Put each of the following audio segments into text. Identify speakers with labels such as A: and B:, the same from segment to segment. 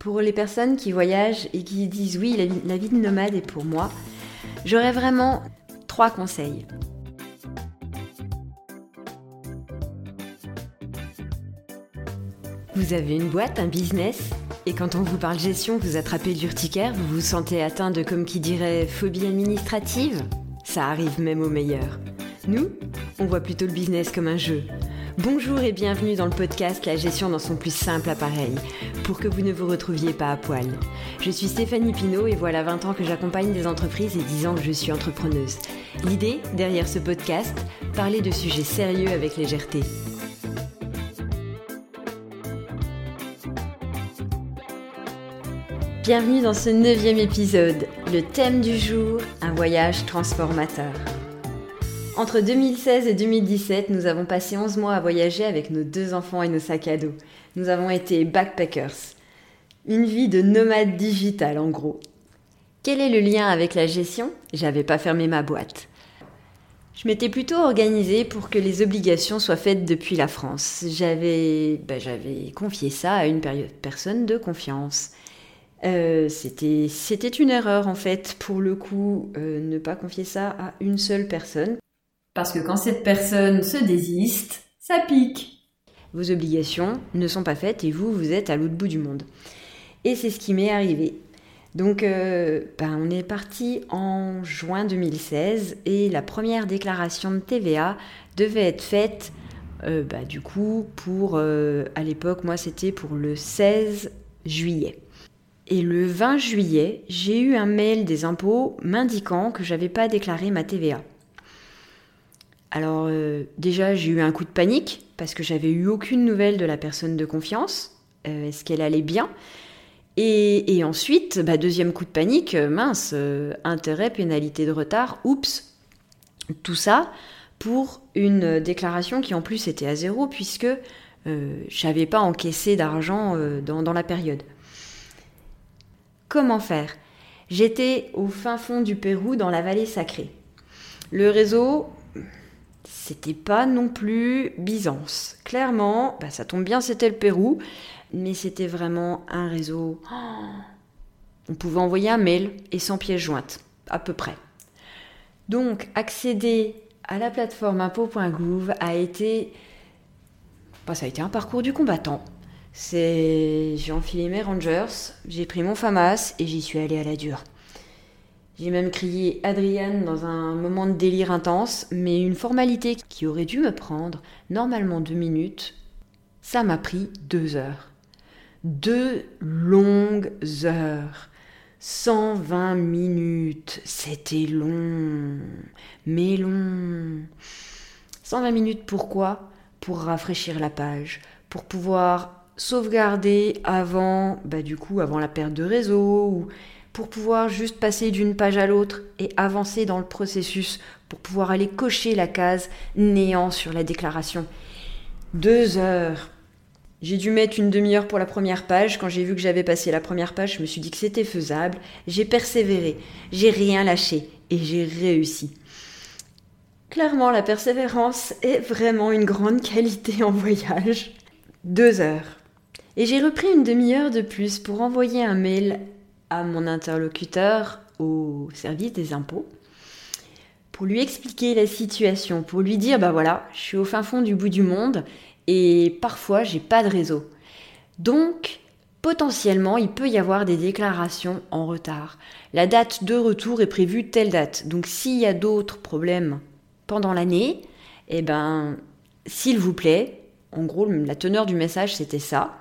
A: Pour les personnes qui voyagent et qui disent oui, la vie de nomade est pour moi, j'aurais vraiment 3 conseils. Vous avez une boîte, un business, et quand on vous parle gestion, vous attrapez l'urticaire, vous vous sentez atteint de, comme qui dirait, phobie administrative ? Ça arrive même aux meilleurs. Nous, on voit plutôt le business comme un jeu. Bonjour et bienvenue dans le podcast La gestion dans son plus simple appareil, pour que vous ne vous retrouviez pas à poil. Je suis Stéphanie Pinault et voilà 20 ans que j'accompagne des entreprises et 10 ans que je suis entrepreneuse. L'idée, derrière ce podcast, parler de sujets sérieux avec légèreté. Bienvenue dans ce 9e épisode. Le thème du jour, un voyage transformateur. Entre 2016 et 2017, nous avons passé 11 mois à voyager avec nos 2 enfants et nos sacs à dos. Nous avons été backpackers. Une vie de nomade digital en gros. Quel est le lien avec la gestion ? J'avais pas fermé ma boîte. Je m'étais plutôt organisée pour que les obligations soient faites depuis la France. J'avais confié ça à une personne de confiance. C'était une erreur en fait, pour le coup, ne pas confier ça à une seule personne. Parce que quand cette personne se désiste, ça pique. Vos obligations ne sont pas faites et vous êtes à l'autre bout du monde. Et c'est ce qui m'est arrivé. Donc, on est parti en juin 2016 et la première déclaration de TVA devait être faite, à l'époque, moi c'était pour le 16 juillet. Et le 20 juillet, j'ai eu un mail des impôts m'indiquant que j'avais pas déclaré ma TVA. Alors déjà, j'ai eu un coup de panique parce que j'avais eu aucune nouvelle de la personne de confiance. Est-ce qu'elle allait bien ? Et ensuite, deuxième coup de panique, intérêt, pénalité de retard, oups. Tout ça pour une déclaration qui en plus était à 0 puisque j'avais pas encaissé d'argent dans la période. Comment faire ? J'étais au fin fond du Pérou, dans la vallée sacrée. Le réseau, c'était pas non plus Byzance. Clairement, ça tombe bien, c'était le Pérou, mais c'était vraiment un réseau. On pouvait envoyer un mail et 100 pièces jointes, à peu près. Donc, accéder à la plateforme impôts.gouv ça a été un parcours du combattant. J'ai enfilé mes Rangers, j'ai pris mon FAMAS et j'y suis allée à la dure. J'ai même crié Adrienne dans un moment de délire intense, mais une formalité qui aurait dû me prendre normalement 2 minutes, ça m'a pris 2 heures. 2 longues heures. 120 minutes. C'était long. Mais long. 120 minutes pourquoi ? Pour rafraîchir la page. Pour pouvoir sauvegarder avant la perte de réseau, ou pour pouvoir juste passer d'une page à l'autre et avancer dans le processus, pour pouvoir aller cocher la case néant sur la déclaration. 2 heures. J'ai dû mettre une demi-heure pour la première page. Quand j'ai vu que j'avais passé la première page, je me suis dit que c'était faisable. J'ai persévéré, j'ai rien lâché et j'ai réussi. Clairement, la persévérance est vraiment une grande qualité en voyage. 2 heures. Et j'ai repris une demi-heure de plus pour envoyer un mail à mon interlocuteur au service des impôts pour lui expliquer la situation, pour lui dire je suis au fin fond du bout du monde et parfois j'ai pas de réseau. Donc potentiellement il peut y avoir des déclarations en retard. La date de retour est prévue telle date. Donc s'il y a d'autres problèmes pendant l'année, s'il vous plaît, en gros la teneur du message c'était ça.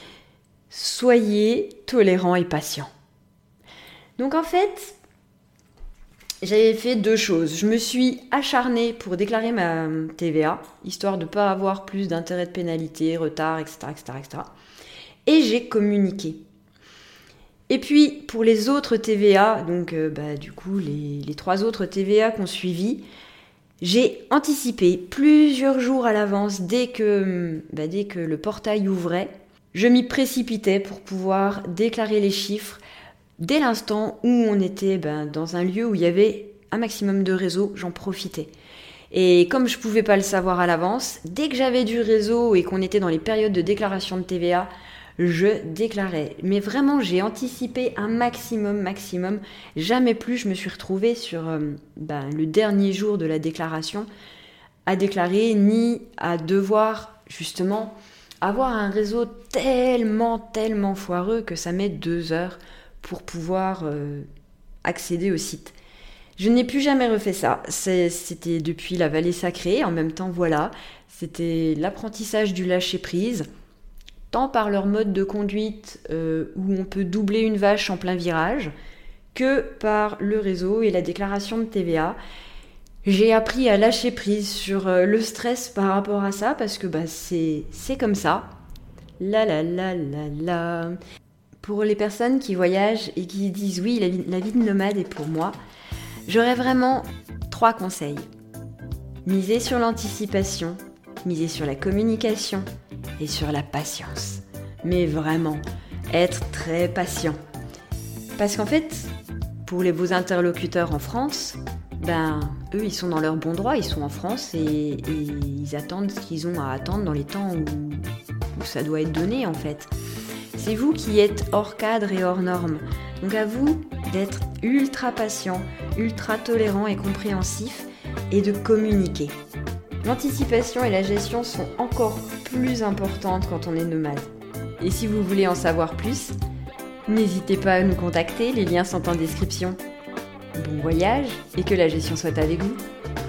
A: Soyez tolérants et patients. Donc en fait, j'avais fait 2 choses. Je me suis acharnée pour déclarer ma TVA, histoire de ne pas avoir plus d'intérêt de pénalité, retard, etc. Et j'ai communiqué. Et puis, pour les autres TVA, donc les 3 autres TVA qu'on suivi, j'ai anticipé plusieurs jours à l'avance, dès que le portail ouvrait, je m'y précipitais pour pouvoir déclarer les chiffres dès l'instant où on était dans un lieu où il y avait un maximum de réseau, j'en profitais. Et comme je ne pouvais pas le savoir à l'avance, dès que j'avais du réseau et qu'on était dans les périodes de déclaration de TVA, je déclarais. Mais vraiment, j'ai anticipé un maximum. Jamais plus je me suis retrouvée sur le dernier jour de la déclaration à déclarer, ni à devoir justement avoir un réseau tellement foireux que ça met 2 heures pour pouvoir accéder au site. Je n'ai plus jamais refait ça. C'était depuis la vallée sacrée. En même temps, voilà, c'était l'apprentissage du lâcher-prise, tant par leur mode de conduite où on peut doubler une vache en plein virage, que par le réseau et la déclaration de TVA. J'ai appris à lâcher prise sur le stress par rapport à ça, parce que c'est comme ça. La. Pour les personnes qui voyagent et qui disent oui, la vie de nomade est pour moi, j'aurais vraiment 3 conseils. Miser sur l'anticipation, miser sur la communication et sur la patience. Mais vraiment, être très patient. Parce qu'en fait, pour vos interlocuteurs en France, eux, ils sont dans leur bon droit, ils sont en France et ils attendent ce qu'ils ont à attendre dans les temps où ça doit être donné, en fait. C'est vous qui êtes hors cadre et hors norme. Donc à vous d'être ultra patient, ultra tolérant et compréhensif et de communiquer. L'anticipation et la gestion sont encore plus importantes quand on est nomade. Et si vous voulez en savoir plus, n'hésitez pas à nous contacter, les liens sont en description. Bon voyage et que la gestion soit avec vous.